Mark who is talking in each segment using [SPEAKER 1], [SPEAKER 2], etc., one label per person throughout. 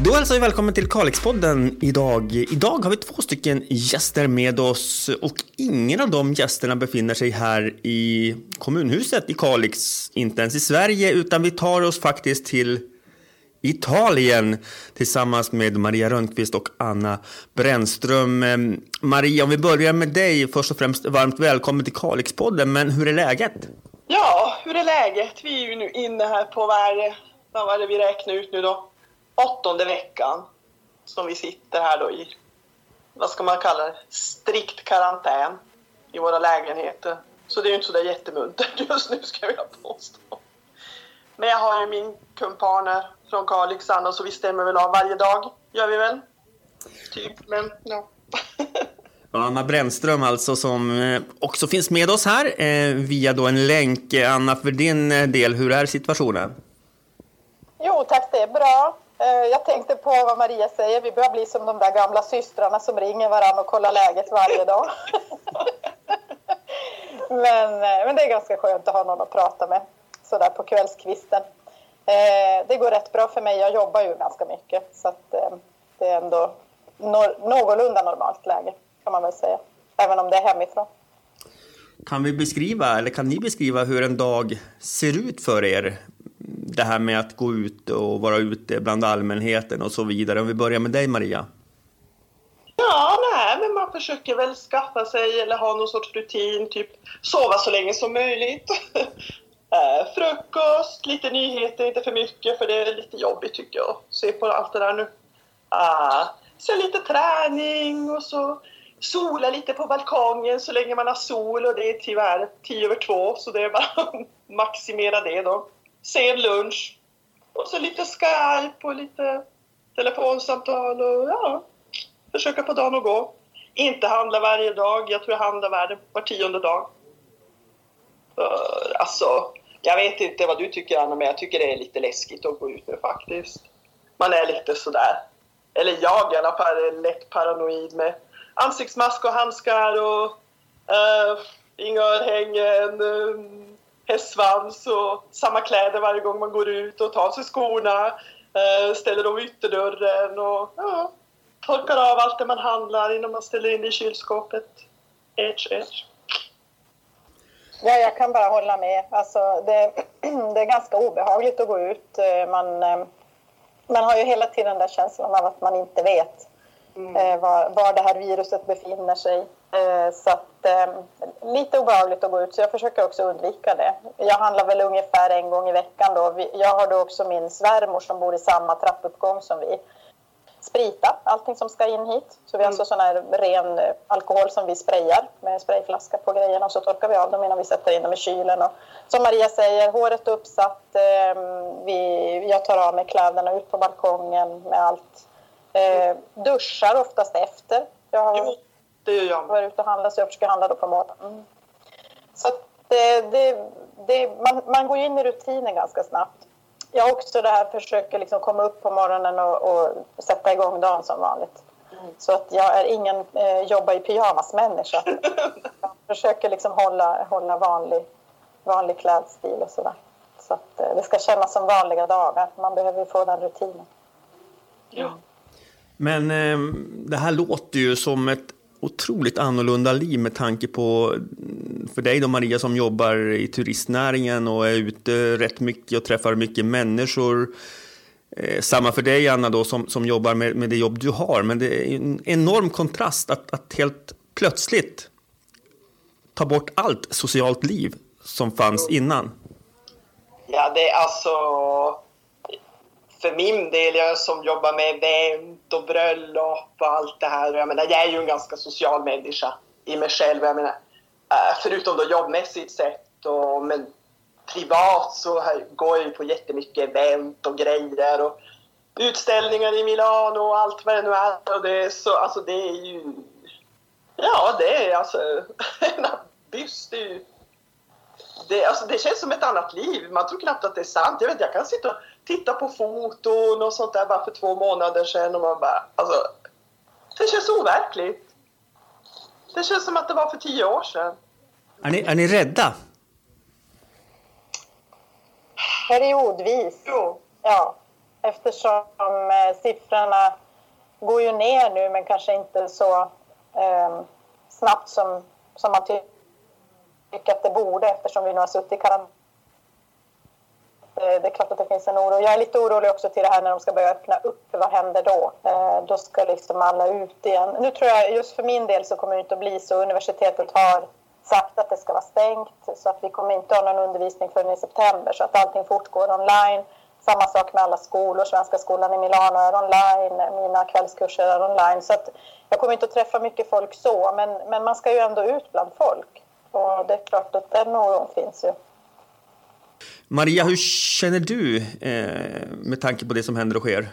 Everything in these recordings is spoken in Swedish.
[SPEAKER 1] Då hälsar vi välkommen till Kalixpodden idag. Idag har vi 2 stycken gäster med oss och ingen av de gästerna befinner sig här i kommunhuset i Kalix, inte ens i Sverige, utan vi tar oss faktiskt till Italien tillsammans med Maria Rönnqvist och Anna Brännström. Maria, om vi börjar med dig, först och främst varmt välkommen till Kalixpodden, men hur är läget?
[SPEAKER 2] Ja, hur är läget? Vi är ju nu inne här på vad var det vi räknar ut nu då? 8:e veckan som vi sitter här då i, vad ska man kalla det, strikt karantän i våra lägenheter. Så det är ju inte så där jättemuntert just nu, ska jag påstå. Men jag har ju min kumpaner från Kalix, Anna, så vi stämmer väl av varje dag, gör vi väl? Typ, men ja.
[SPEAKER 1] Anna Brännström alltså, som också finns med oss här via då en länk. Anna, för din del, hur är situationen?
[SPEAKER 3] Jo tack, det är bra. Jag tänkte på vad Maria säger. Vi börjar bli som de där gamla systrarna som ringer varandra och kollar läget varje dag. men det är ganska skönt att ha någon att prata med sådär på kvällskvisten. Det går rätt bra för mig. Jag jobbar ju ganska mycket, så att det är ändå någorlunda normalt läge, kan man väl säga. Även om det är hemifrån.
[SPEAKER 1] Kan ni beskriva hur en dag ser ut för er? Det här med att gå ut och vara ute bland allmänheten och så vidare. Om vi börjar med dig, Maria.
[SPEAKER 2] Ja, men man försöker väl skaffa sig eller ha någon sorts rutin, typ sova så länge som möjligt. Frukost, lite nyheter, inte för mycket, för det är lite jobbigt tycker jag. Se på allt det där nu. Så lite träning och så sola lite på balkongen så länge man har sol, och det är tyvärr 1:50, så det är bara att maximera det då. Sen lunch och så lite Skype och lite telefonsamtal och ja, försöka på dagen och gå. Inte handla varje dag, jag tror jag handlar var 10:e dag. Alltså, jag vet inte vad du tycker, Anna, men jag tycker det är lite läskigt att gå ut nu faktiskt. Man är lite sådär, eller jag i alla fall är lätt paranoid med ansiktsmask och handskar och inga örhängen, hästsvans och samma kläder varje gång man går ut och tar sig skorna, ställer dem i ytterdörren och torkar av allt det man handlar innan man ställer in det i kylskåpet.
[SPEAKER 3] Ja, jag kan bara hålla med. Alltså, det är ganska obehagligt att gå ut. Man har ju hela tiden den där känslan av att man inte vet var det här viruset befinner sig. Så att lite obehagligt att gå ut, så jag försöker också undvika det. Jag handlar väl ungefär 1 gång i veckan då. Jag har då också min svärmor som bor i samma trappuppgång som vi. Sprita, allting som ska in hit. Så vi har alltså sån här ren alkohol som vi sprayar med sprayflaska på grejerna, och så torkar vi av dem innan vi sätter in dem i kylen. Och som Maria säger, håret uppsatt, jag tar av mig kläderna ut på balkongen med allt. Duschar oftast efter.
[SPEAKER 2] Det gör jag.
[SPEAKER 3] Var ute och handla, så jag försöker handla då på morgonen. Så att man går in i rutinen ganska snabbt. Jag också försöker liksom komma upp på morgonen och sätta igång dagen som vanligt. Så att jag är ingen jobba i pyjamasmänniska. Jag försöker liksom hålla vanlig klädstil och sådär. Så att det ska kännas som vanliga dagar. Man behöver få den rutinen.
[SPEAKER 2] Ja.
[SPEAKER 1] Men det här låter ju som ett otroligt annorlunda liv med tanke på för dig då, Maria, som jobbar i turistnäringen och är ute rätt mycket och träffar mycket människor. Samma för dig, Anna, då, som jobbar med det jobb du har. Men det är en enorm kontrast att helt plötsligt ta bort allt socialt liv som fanns innan.
[SPEAKER 2] Ja, det är alltså... För min del, jag som jobbar med event och bröllop och allt det här. Jag menar, jag är ju en ganska social människa i mig själv. Jag menar, förutom då jobbmässigt sett, men privat så går jag ju på jättemycket event och grejer och utställningar i Milano och allt vad det nu är. Och det är så, alltså det är ju... Ja, det är alltså... en byst, det känns som ett annat liv. Man tror knappt att det är sant. Jag kan sitta och titta på foton och sånt där bara för 2 månader sedan och man bara, alltså, det känns overkligt. Det känns som att det var för 10 år sedan.
[SPEAKER 1] Är ni rädda?
[SPEAKER 3] Periodvis.
[SPEAKER 2] Jo.
[SPEAKER 3] Ja. eftersom siffrorna går ju ner nu, men kanske inte så snabbt som man tycker att det borde, eftersom vi nu har suttit i karantän. Det är klart att det finns en oro. Jag är lite orolig också till det här när de ska börja öppna upp. Vad händer då? Då ska liksom alla ut igen. Nu tror jag, just för min del så kommer det inte att bli så. Universitetet har sagt att det ska vara stängt. Så att vi kommer inte ha någon undervisning förrän i september. Så att allting fortgår online. Samma sak med alla skolor. Svenska skolan i Milano är online. Mina kvällskurser är online. Så att jag kommer inte att träffa mycket folk så. Men man ska ju ändå ut bland folk. Och det är klart att den oron finns ju.
[SPEAKER 1] Maria, hur känner du med tanke på det som händer och sker?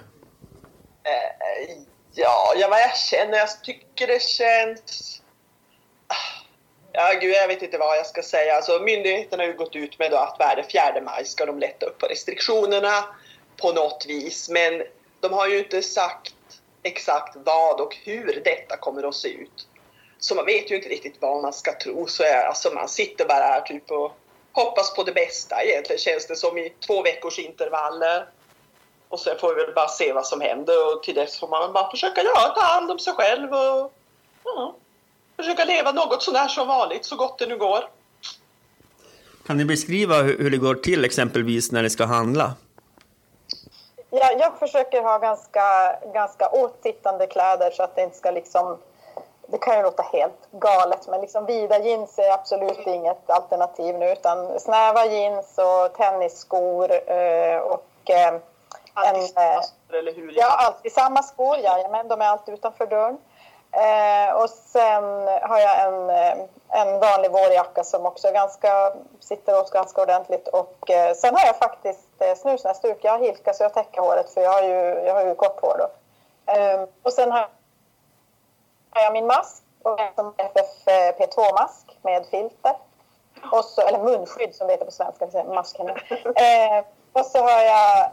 [SPEAKER 2] Ja, vad jag känner, jag tycker det känns... Ja, gud, jag vet inte vad jag ska säga. Alltså, myndigheterna har ju gått ut med att varje 4 maj ska de lätta upp på restriktionerna på något vis. Men de har ju inte sagt exakt vad och hur detta kommer att se ut. Så man vet ju inte riktigt vad man ska tro. Så alltså, man sitter bara här typ och hoppas på det bästa. Egentligen känns det som i 2 veckors intervaller. Och sen får vi väl bara se vad som händer. Och till dess får man bara försöka ta hand om sig själv. Och försöka leva något sådär som vanligt, så gott det nu går.
[SPEAKER 1] Kan ni beskriva hur det går till exempelvis när ni ska handla?
[SPEAKER 3] Ja, jag försöker ha ganska åtsittande kläder så att det inte ska liksom... Det kan ju låta helt galet, men liksom vida jeans är absolut inget alternativ nu, utan snäva jeans och tennisskor och
[SPEAKER 2] alltid samma skor, eller hur?
[SPEAKER 3] Ja, alltid samma skor, men de är alltid utanför dörren. Och sen har jag en vanlig vårjacka som också sitter åt ganska ordentligt, och sen har jag faktiskt snusnäsduk. Jag har hilka så jag täcker håret, för jag har ju kort hår då. Och sen har jag min mask, och en FFP2-mask med filter. Och så, eller munskydd som det heter på svenska, masken. Och så har jag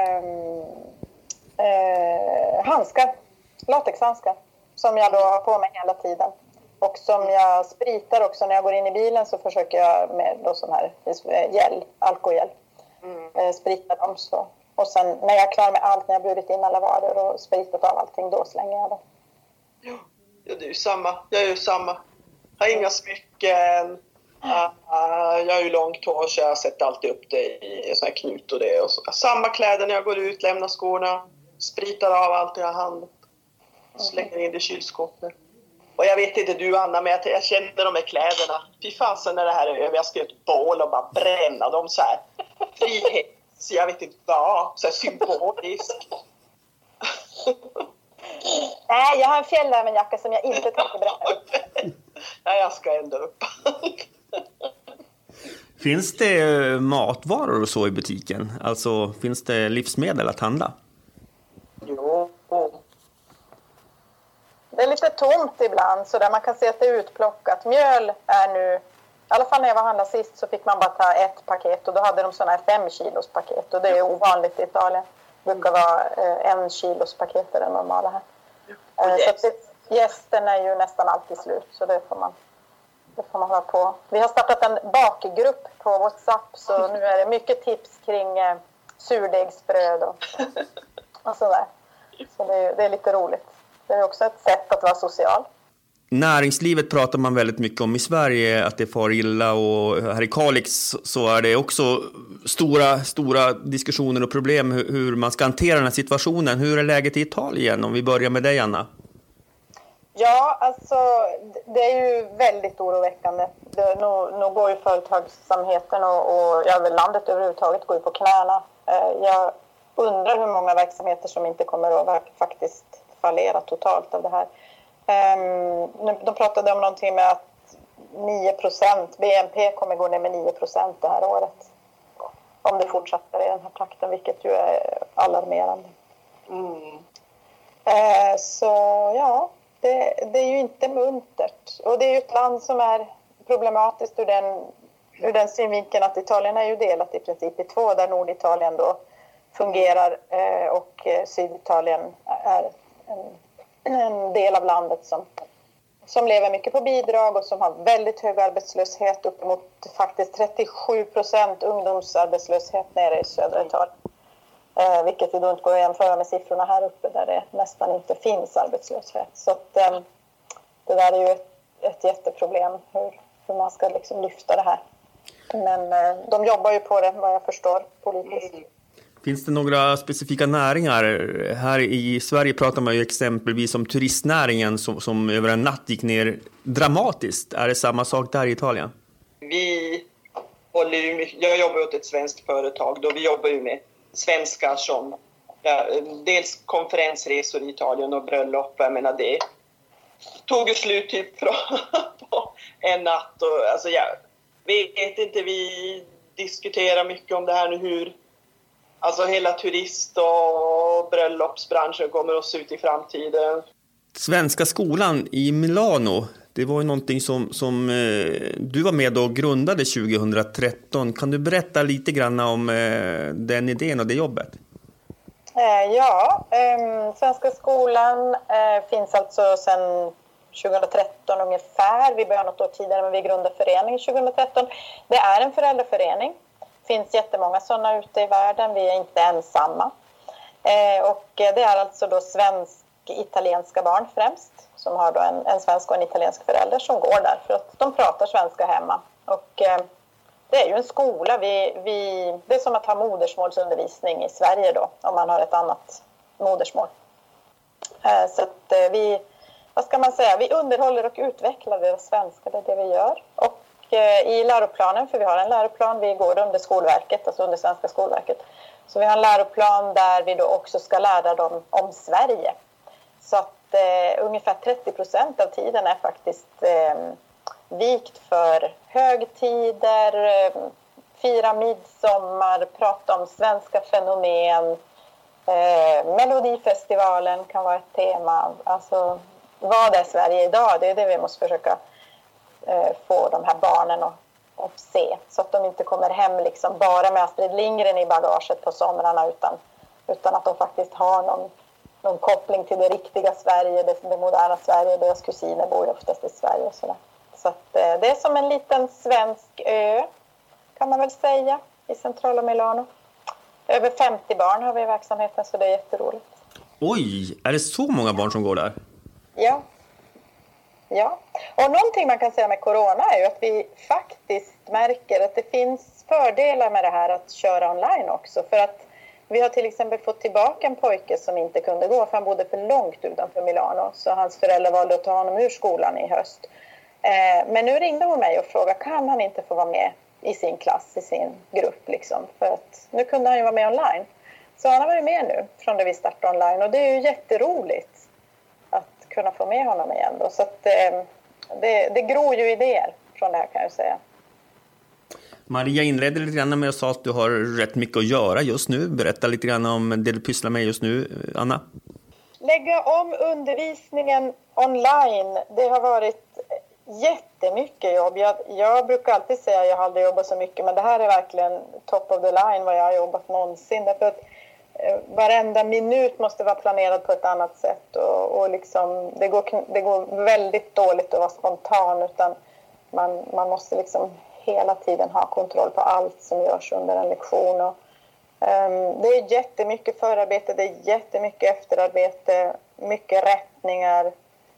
[SPEAKER 3] handskar, latexhandskar, som jag då har på mig hela tiden. Och som jag spritar också när jag går in i bilen, så försöker jag med då sån här alkohol, sprita dem så. Och sen när jag är klar med allt, när jag burit in alla varor och spritat av allting, då slänger jag det.
[SPEAKER 2] Ja, det är ju samma. Jag är ju samma. Jag har inga smycken. Jag har ju långt hår, så jag sätter alltid upp det i sån här knut och det. Och så. Samma kläder när jag går ut, lämnar skorna, spritar av allt jag har hand. Slänger in det i kylskåpet. Och jag vet inte du, Anna, men jag känner de här kläderna. Fy fasen när det här är över. Jag ska göra ett bål och bara bränna dem så här. Frihet, så jag vet inte vad. Så här symboliskt.
[SPEAKER 3] Nej, jag har en fjällrävenjacka som jag inte tänker bränna.
[SPEAKER 2] Nej, jag ska ändå upp.
[SPEAKER 1] Finns det matvaror och så i butiken? Alltså, finns det livsmedel att handla?
[SPEAKER 2] Jo.
[SPEAKER 3] Det är lite tomt ibland, så där man kan se att det är utplockat. Mjöl är nu, i alla fall när jag var handla sist, så fick man bara ta ett paket, och då hade de sådana här 5 kilos paket, och det är ovanligt i Italien. Det brukar vara 1 kilos paket är det normala här. Så gästen är ju nästan alltid slut, så det får man hålla på. Vi har startat en bakgrupp på WhatsApp, så nu är det mycket tips kring surdegsbröd och sådär. Så det är lite roligt. Det är också ett sätt att vara social.
[SPEAKER 1] Näringslivet pratar man väldigt mycket om i Sverige, att det far illa, och här i Kalix så är det också stora diskussioner och problem hur man ska hantera den här situationen. Hur är läget i Italien, om vi börjar med dig, Anna?
[SPEAKER 3] Ja, alltså det är ju väldigt oroväckande. Nu går ju företagsamheten och väl landet överhuvudtaget går ju på knäna. Jag undrar hur många verksamheter som inte kommer att faktiskt fallera totalt av det här. De pratade om någonting med att 9%, BNP kommer gå ner med 9% det här året. Om det fortsätter i den här takten, vilket ju är alarmerande. Så ja, det är ju inte muntert. Och det är ju ett land som är problematiskt ur den synvinkeln att Italien är ju delat i princip i 2, där Norditalien då fungerar och Syditalien är en del av landet som lever mycket på bidrag och som har väldigt hög arbetslöshet, uppemot faktiskt 37% ungdomsarbetslöshet nere i södra Italien. Vilket vi då inte går att jämföra med siffrorna här uppe där det nästan inte finns arbetslöshet. Så att, det där är ju ett jätteproblem hur man ska liksom lyfta det här. Men de jobbar ju på det, vad jag förstår, politiskt.
[SPEAKER 1] Finns det några specifika näringar? Här i Sverige pratar man ju exempelvis om turistnäringen som över en natt gick ner dramatiskt. Är det samma sak där i Italien?
[SPEAKER 2] Jag jobbar åt ett svenskt företag. Då vi jobbar ju med svenskar som dels konferensresor i Italien och bröllop. Jag menar, det tog ju slut typ på en natt. Och, alltså, jag vet inte, vi diskuterar mycket om det här nu, hur alltså hela turist- och bröllopsbranschen kommer att se ut i framtiden.
[SPEAKER 1] Svenska skolan i Milano, det var ju någonting som du var med och grundade 2013. Kan du berätta lite grann om den idén och det jobbet?
[SPEAKER 3] Svenska skolan finns alltså sedan 2013 ungefär. Vi började något år tidigare, men vi grundade föreningen 2013. Det är en föräldraförening. Det finns jättemånga sådana ute i världen. Vi är inte ensamma. Och det är alltså då svensk-italienska barn främst. Som har då en svensk och en italiensk förälder som går där för att de pratar svenska hemma. Och det är ju en skola. Det är som att ha modersmålsundervisning i Sverige då. Om man har ett annat modersmål. Så att vad ska man säga? Vi underhåller och utvecklar det svenska. Det är det vi gör. Och i läroplanen, för vi har en läroplan, vi går under Skolverket, alltså under Svenska Skolverket. Så vi har en läroplan där vi då också ska lära dem om Sverige. Så att ungefär 30% av tiden är faktiskt vikt för högtider, fira midsommar, prata om svenska fenomen. Melodifestivalen kan vara ett tema. Alltså, vad är Sverige idag? Det är det vi måste försöka få de här barnen att se. Så att de inte kommer hem liksom bara med Astrid Lindgren i bagaget på somrarna utan att de faktiskt har någon koppling till det riktiga Sverige, det moderna Sverige. Deras kusiner bor ju oftast i Sverige och sådär. Så att det är som en liten svensk ö, kan man väl säga, i centrala Milano. Över 50 barn har vi i verksamheten, så det är jätteroligt.
[SPEAKER 1] Oj, är det så många barn som går där?
[SPEAKER 3] Ja. Och någonting man kan säga med corona är ju att vi faktiskt märker att det finns fördelar med det här att köra online också. För att vi har till exempel fått tillbaka en pojke som inte kunde gå för han bodde för långt utanför Milano. Så hans föräldrar valde att ta honom ur skolan i höst. Men nu ringde hon mig och frågade, kan han inte få vara med i sin klass, i sin grupp liksom? För att nu kunde han ju vara med online. Så han har varit med nu från det vi startade online. Och det är ju jätteroligt att kunna få med honom igen då. Så att det gror ju idéer från det här, kan jag säga.
[SPEAKER 1] Maria inledde lite grann med att säga att du har rätt mycket att göra just nu. Berätta lite grann om det du pysslar med just nu, Anna.
[SPEAKER 3] Lägga om undervisningen online, det har varit jättemycket jobb. Jag brukar alltid säga att jag aldrig jobbat så mycket, men det här är verkligen top of the line vad jag har jobbat någonsin. Därför att varenda minut måste vara planerad på ett annat sätt och liksom, det går väldigt dåligt att vara spontan, utan man måste liksom hela tiden ha kontroll på allt som görs under en lektion. Och, det är jättemycket förarbete, det är jättemycket efterarbete, mycket rättningar.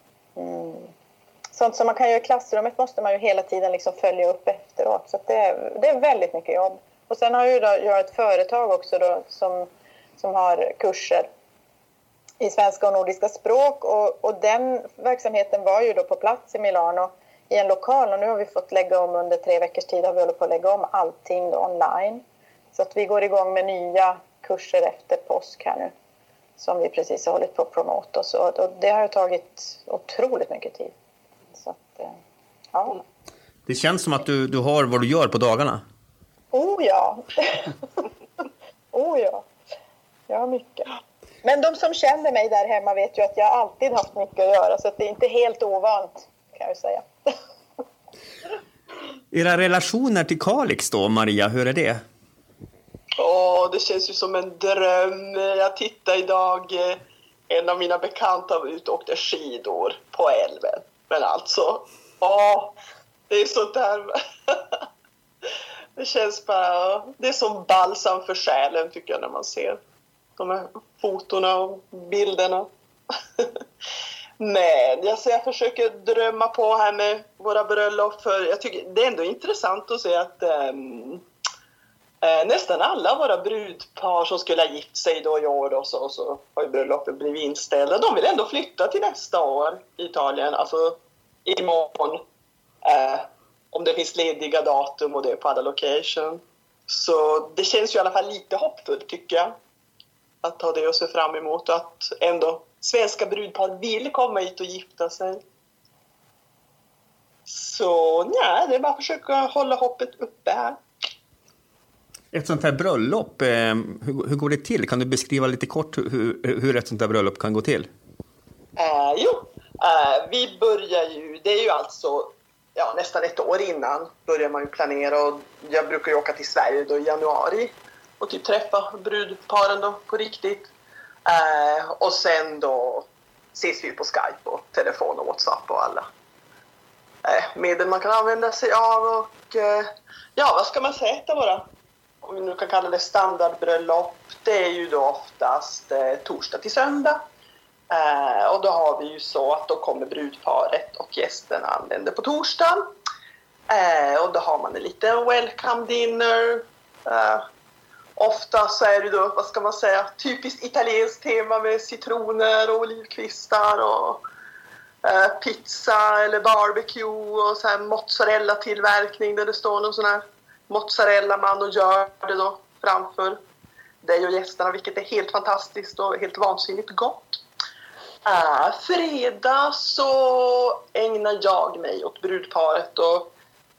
[SPEAKER 3] Sånt som man kan göra i klassrummet måste man ju hela tiden liksom följa upp efteråt. Så att det är väldigt mycket jobb. Och sen har jag ett företag också då, som har kurser i svenska och nordiska språk. Och den verksamheten var ju då på plats i Milano i en lokal. Och nu har vi fått lägga om under 3 veckors tid. Har vi hållit på att lägga om allting då online. Så att vi går igång med nya kurser efter påsk här nu. Som vi precis har hållit på att promota. Och det har ju tagit otroligt mycket tid. Så att, ja.
[SPEAKER 1] Det känns som att du har vad du gör på dagarna.
[SPEAKER 3] Oh ja. Jag har mycket. Men de som känner mig där hemma vet ju att jag alltid haft mycket att göra. Så att det är inte helt ovant, kan jag säga.
[SPEAKER 1] Era relationer till Kalix då, Maria, hur är det?
[SPEAKER 2] Det känns ju som en dröm. Jag tittade idag, en av mina bekanta var ute och åkte skidor på älven. Men alltså, det är sånt där. Det känns bara, det är som balsam för själen tycker jag när man ser de här fotorna och bilderna. Men jag försöker drömma på här med våra bröllop, för jag tycker det är ändå intressant att se att nästan alla våra brudpar som skulle ha gift sig då i år och så har ju bröllopet blivit inställda. De vill ändå flytta till nästa år i Italien, alltså imorgon. Om det finns lediga datum och det är på alla location. Så det känns ju i alla fall lite hoppfullt, tycker jag. Att ha det och se fram emot, att ändå svenska brudpar vill komma hit och gifta sig. Så nej, det är bara att försöka hålla hoppet uppe här.
[SPEAKER 1] Ett sånt här bröllop, hur går det till? Kan du beskriva lite kort hur ett sånt här bröllop kan gå till?
[SPEAKER 2] Vi börjar ju, det är ju alltså nästan ett år innan börjar man ju planera, och jag brukar ju åka till Sverige då i januari och typ träffa brudparen då på riktigt. Och sen då ses vi på Skype och telefon och WhatsApp och alla medel man kan använda sig av. Och vad ska man säga våra, om vi nu kan kalla det standardbröllop, det är ju då oftast torsdag till söndag. Och då har vi ju så att då kommer brudparet och gästerna anländer på torsdagen. Och då har man en liten welcome dinner. Ofta så är det då, vad ska man säga, typiskt italienskt tema med citroner och olivkvistar och pizza eller barbecue och så här mozzarella-tillverkning där det står någon sån här mozzarella-man och gör det då framför dig och gästerna, vilket är helt fantastiskt och helt vansinnigt gott. Fredag så ägnar jag mig åt brudparet och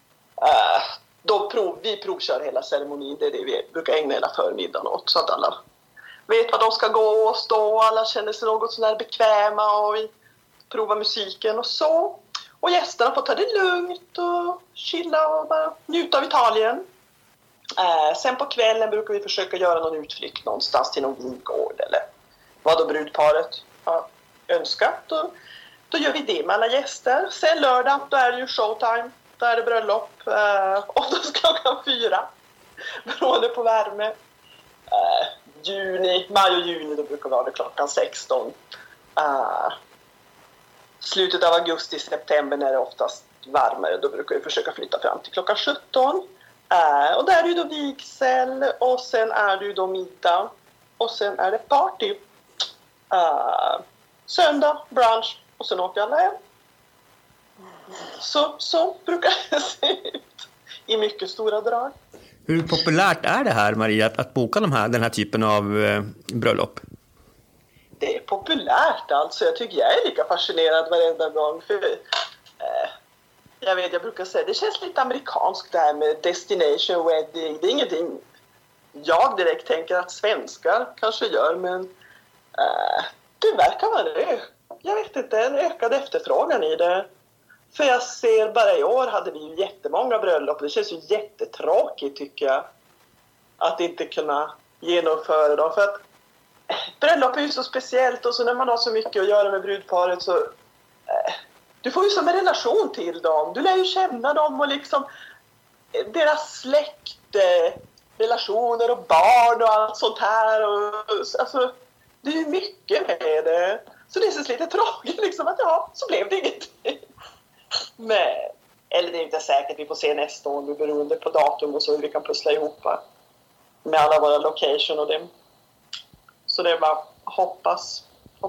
[SPEAKER 2] vi provkör hela ceremonin. Det är det vi brukar ägna hela förmiddagen åt, så att alla vet vad de ska gå och stå, alla känner sig något sån här bekväma och vi provar musiken och så. Och gästerna får ta det lugnt och chilla och bara njuta av Italien. Sen på kvällen brukar vi försöka göra någon utflykt någonstans till någon vingård eller vad då brudparet har önskat. Och då gör vi det med alla gäster. Sen lördag, då är det ju showtime. Då är det bröllop. Och då ska klockan 4. Beroende på värme. Maj och juni, då brukar vi ha det klockan 16. Slutet av augusti, september när det är oftast varmare, då brukar vi försöka flytta fram till klockan 17. Och där är det då vigsel och sen är det ju då middag och sen är det party. Söndag, brunch och sen åker alla hem. Så brukar det se ut i mycket stora drag.
[SPEAKER 1] Hur populärt är det här, Maria, att boka den här typen av bröllop?
[SPEAKER 2] Det är populärt alltså. Jag tycker jag är lika fascinerad varenda gång. För, jag brukar säga, det känns lite amerikanskt det här med destination wedding. Det är ingenting jag direkt tänker att svenskar kanske gör, men det verkar vara en ökad efterfrågan i det. För jag ser bara i år hade vi ju jättemånga bröllop. Det känns ju jättetråkigt tycker jag att inte kunna genomföra dem. För att bröllop är ju så speciellt och så när man har så mycket att göra med brudparet så du får ju som en relation till dem. Du lär ju känna dem och liksom deras släkt, relationer och barn och allt sånt här. Och, alltså, det är ju mycket med det. Så det känns lite tråkigt liksom att så blev det ingenting. Men, eller det är inte säkert, vi får se nästa år beroende på datum och så hur vi kan pussla ihop med alla våra location och det. Så det är bara hoppas.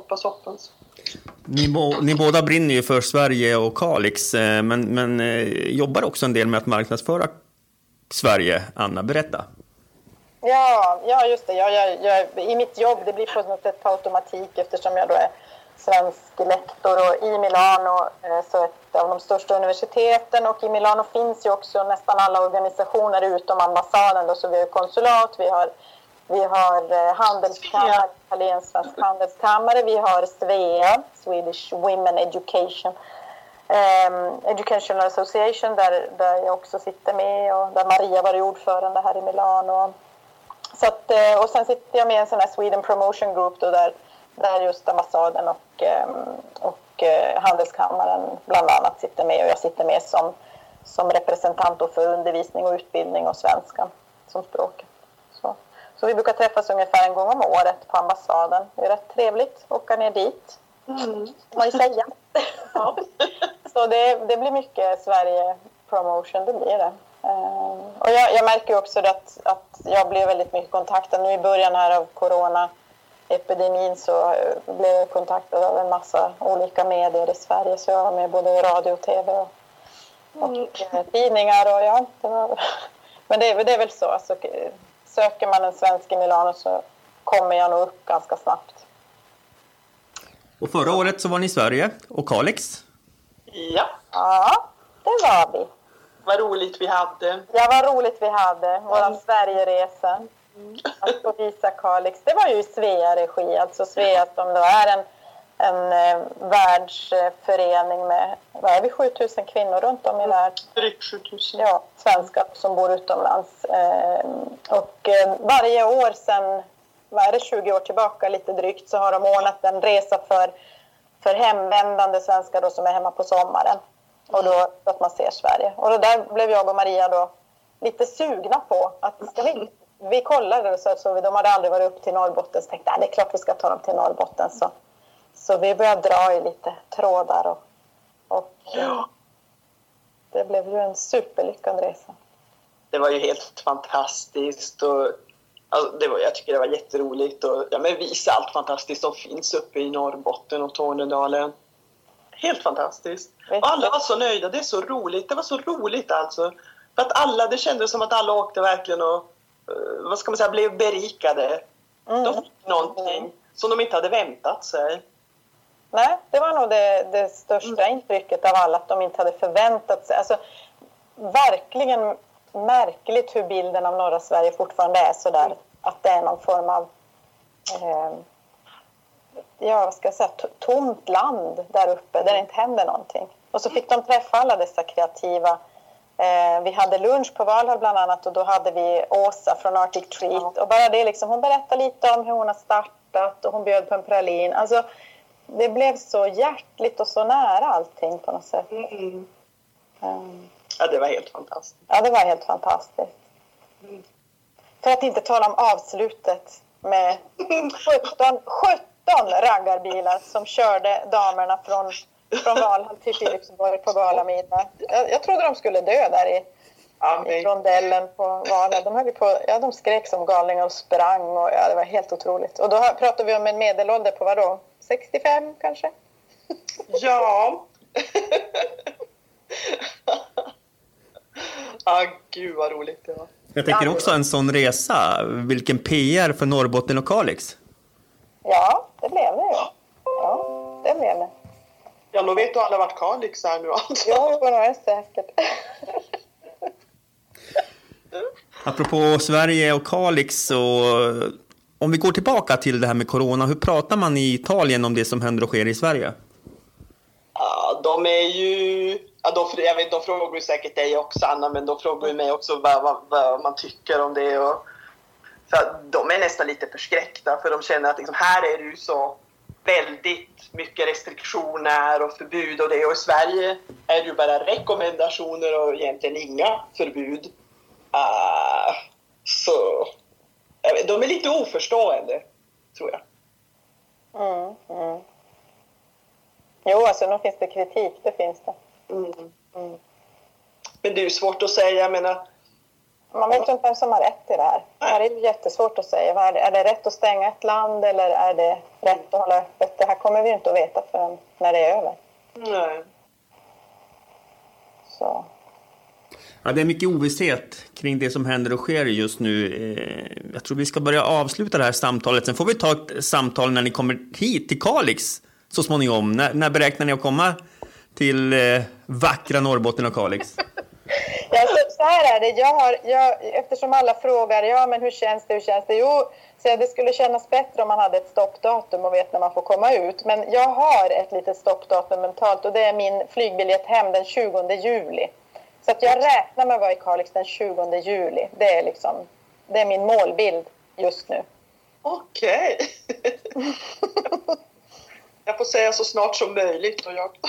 [SPEAKER 1] Ni båda brinner ju för Sverige och Kalix, men jobbar också en del med att marknadsföra Sverige. Anna, berätta.
[SPEAKER 3] Ja, just det. Jag, i mitt jobb, det blir på något sätt på automatik eftersom jag då är svensk lektor och i Milano så ett av de största universiteten, och i Milano finns ju också nästan alla organisationer utom ambassaden då, så vi har konsulat, vi har handelskammare, italiensk handelskammare, vi har Svea, Swedish Women Educational Association där jag också sitter med och där Maria var ordförande här i Milano. Så att, och sen sitter jag med i en sån här Sweden Promotion Group då, där just ambassaden och handelskammaren bland annat sitter med, och jag sitter med som representant för undervisning och utbildning och svenska som språk. Så vi brukar träffas ungefär en gång om året på ambassaden. Det är rätt trevligt att åka ner dit. Vad säga. Ja. Så det blir mycket Sverige-promotion, det blir det. Och jag märker också att jag blev väldigt mycket kontaktad. Nu i början här av corona-epidemin så blev jag kontaktad av en massa olika medier i Sverige. Så jag var med både i radio och tv och tidningar. Och ja, men det är väl så. Alltså, söker man en svensk i Milano så kommer jag nog upp ganska snabbt.
[SPEAKER 1] Och förra året så var ni i Sverige och Kalix.
[SPEAKER 2] Ja,
[SPEAKER 3] det var vi.
[SPEAKER 2] vad roligt vi hade.
[SPEAKER 3] Ja, vad roligt vi hade. Våran Sverigeresa. Att få visa Kalix. Det var ju i Svea regi. Alltså Svea som då är en världsförening med, vad är vi, 7000 kvinnor runt om i världen.
[SPEAKER 2] Drygt 7000.
[SPEAKER 3] Ja, svenskar som bor utomlands. Och varje år sedan, vad är det, 20 år tillbaka lite drygt, så har de ordnat en resa för hemvändande svenskar då, som är hemma på sommaren. Och då att man ser Sverige. Och då där blev jag och Maria då lite sugna på att vi kollade så de hade aldrig varit upp till Norrbotten. Så tänkte det är klart vi ska ta dem till Norrbotten. Så vi började dra i lite trådar och det blev ju en superlyckad resa.
[SPEAKER 2] Det var ju helt fantastiskt och alltså, jag tycker det var jätteroligt och visa allt fantastiskt som finns uppe i Norrbotten och Tornedalen. Helt fantastiskt. Och alla var så nöjda, det är så roligt, det var så roligt alltså. För att det kändes som att alla åkte verkligen och blev berikade. De fick någonting som de inte hade väntat sig.
[SPEAKER 3] Nej, det var nog det största intrycket av alla, att de inte hade förväntat sig. Alltså, verkligen märkligt hur bilden av norra Sverige fortfarande är så där. Att det är någon form av tomt land där uppe där det inte händer någonting. Och så fick de träffa alla dessa kreativa. Vi hade lunch på Valhall bland annat och då hade vi Åsa från Arctic Treat. Och bara det hon berättade lite om hur hon har startat och hon bjöd på en pralin. Alltså det blev så hjärtligt och så nära allting på något sätt.
[SPEAKER 2] Ja, det var helt fantastiskt.
[SPEAKER 3] Ja, det var helt fantastiskt. För att inte tala om avslutet med 17 raggarbilar som körde damerna från Valhall till Filipsborg på galamiddag. Jag trodde de skulle dö där i rondellen på Valhall. De skrek som galningar och sprang och det var helt otroligt. Och då pratade vi om en medelålder på vad då? 65 kanske?
[SPEAKER 2] Ja. Gud vad roligt det var.
[SPEAKER 1] Jag tänker också en sån resa. Vilken PR för Norrbotten och Kalix.
[SPEAKER 3] Ja, det blev det ju. Ja, det blev det.
[SPEAKER 2] Ja, då vet du alla vart Kalix är nu alltså.
[SPEAKER 3] Ja, det är säkert.
[SPEAKER 1] Apropå Sverige och Kalix, och om vi går tillbaka till det här med corona, hur pratar man i Italien om det som händer och sker i Sverige?
[SPEAKER 2] Ja, de är ju... Ja, de frågar ju säkert dig också, Anna, men de frågar ju mig också vad man tycker om det. Och, så de är nästan lite förskräckta, för de känner att här är det ju så väldigt mycket restriktioner och förbud och det. Och i Sverige är det ju bara rekommendationer och egentligen inga förbud. Så de är lite oförstående, tror jag.
[SPEAKER 3] Jo, alltså nu finns det kritik, det finns det.
[SPEAKER 2] Men det är ju svårt att säga, jag menar...
[SPEAKER 3] Man vet inte vem som har rätt i det här. Det här är ju jättesvårt att säga. Är det rätt att stänga ett land eller är det rätt att hålla öppet? Det här kommer vi inte att veta förrän när det är över.
[SPEAKER 2] Nej.
[SPEAKER 3] Så.
[SPEAKER 1] Ja, det är mycket ovisshet kring det som händer och sker just nu. Jag tror vi ska börja avsluta det här samtalet. Sen får vi ta ett samtal när ni kommer hit till Kalix så småningom. När beräknar ni att komma till vackra Norrbotten och Kalix?
[SPEAKER 3] Ja, så här är det. Eftersom alla frågar, men hur känns det? Jo, så det skulle kännas bättre om man hade ett stoppdatum och vet när man får komma ut. Men jag har ett litet stoppdatum mentalt och det är min flygbiljett hem den 20 juli. Så att jag räknar med att vara i Kalix den 20 juli. Det är min målbild just nu.
[SPEAKER 2] Okej. Jag får säga så snart som möjligt. Och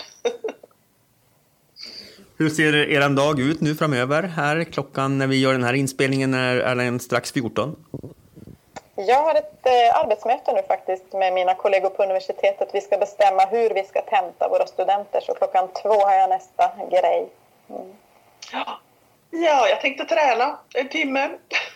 [SPEAKER 1] Hur ser eran dag ut nu framöver? Här klockan när vi gör den här inspelningen är den strax 14.
[SPEAKER 3] Jag har ett arbetsmöte nu faktiskt med mina kollegor på universitetet. Vi ska bestämma hur vi ska tenta våra studenter. Så 2:00 har jag nästa grej.
[SPEAKER 2] Ja, jag tänkte träna 1 timme.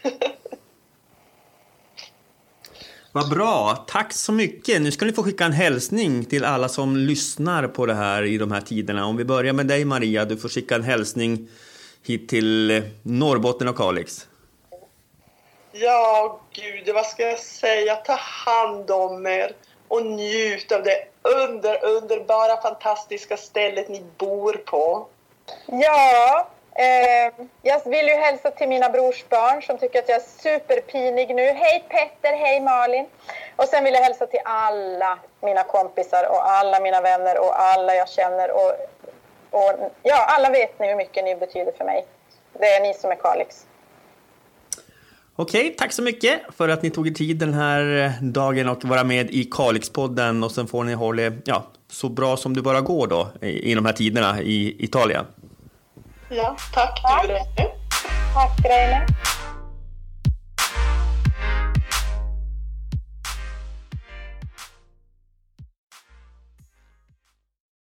[SPEAKER 1] Vad bra, tack så mycket. Nu ska ni få skicka en hälsning till alla som lyssnar på det här i de här tiderna. Om vi börjar med dig Maria, du får skicka en hälsning hit till Norrbotten och Kalix.
[SPEAKER 2] Ja, gud, vad ska jag säga? Ta hand om er och njut av det underbara, fantastiska stället ni bor på.
[SPEAKER 3] Ja, jag vill ju hälsa till mina brorsbarn som tycker att jag är superpinig nu. Hej Petter, hej Malin. Och sen vill jag hälsa till alla mina kompisar och alla mina vänner och alla jag känner. Och ja, alla vet ni hur mycket ni betyder för mig. Det är ni som är Kalix.
[SPEAKER 1] Okej, tack så mycket för att ni tog er tid den här dagen och vara med i Kalix-podden. Och sen får ni hålla så bra som det bara går då i de här tiderna i Italien.
[SPEAKER 2] Ja, tack.
[SPEAKER 3] Tack, Reine.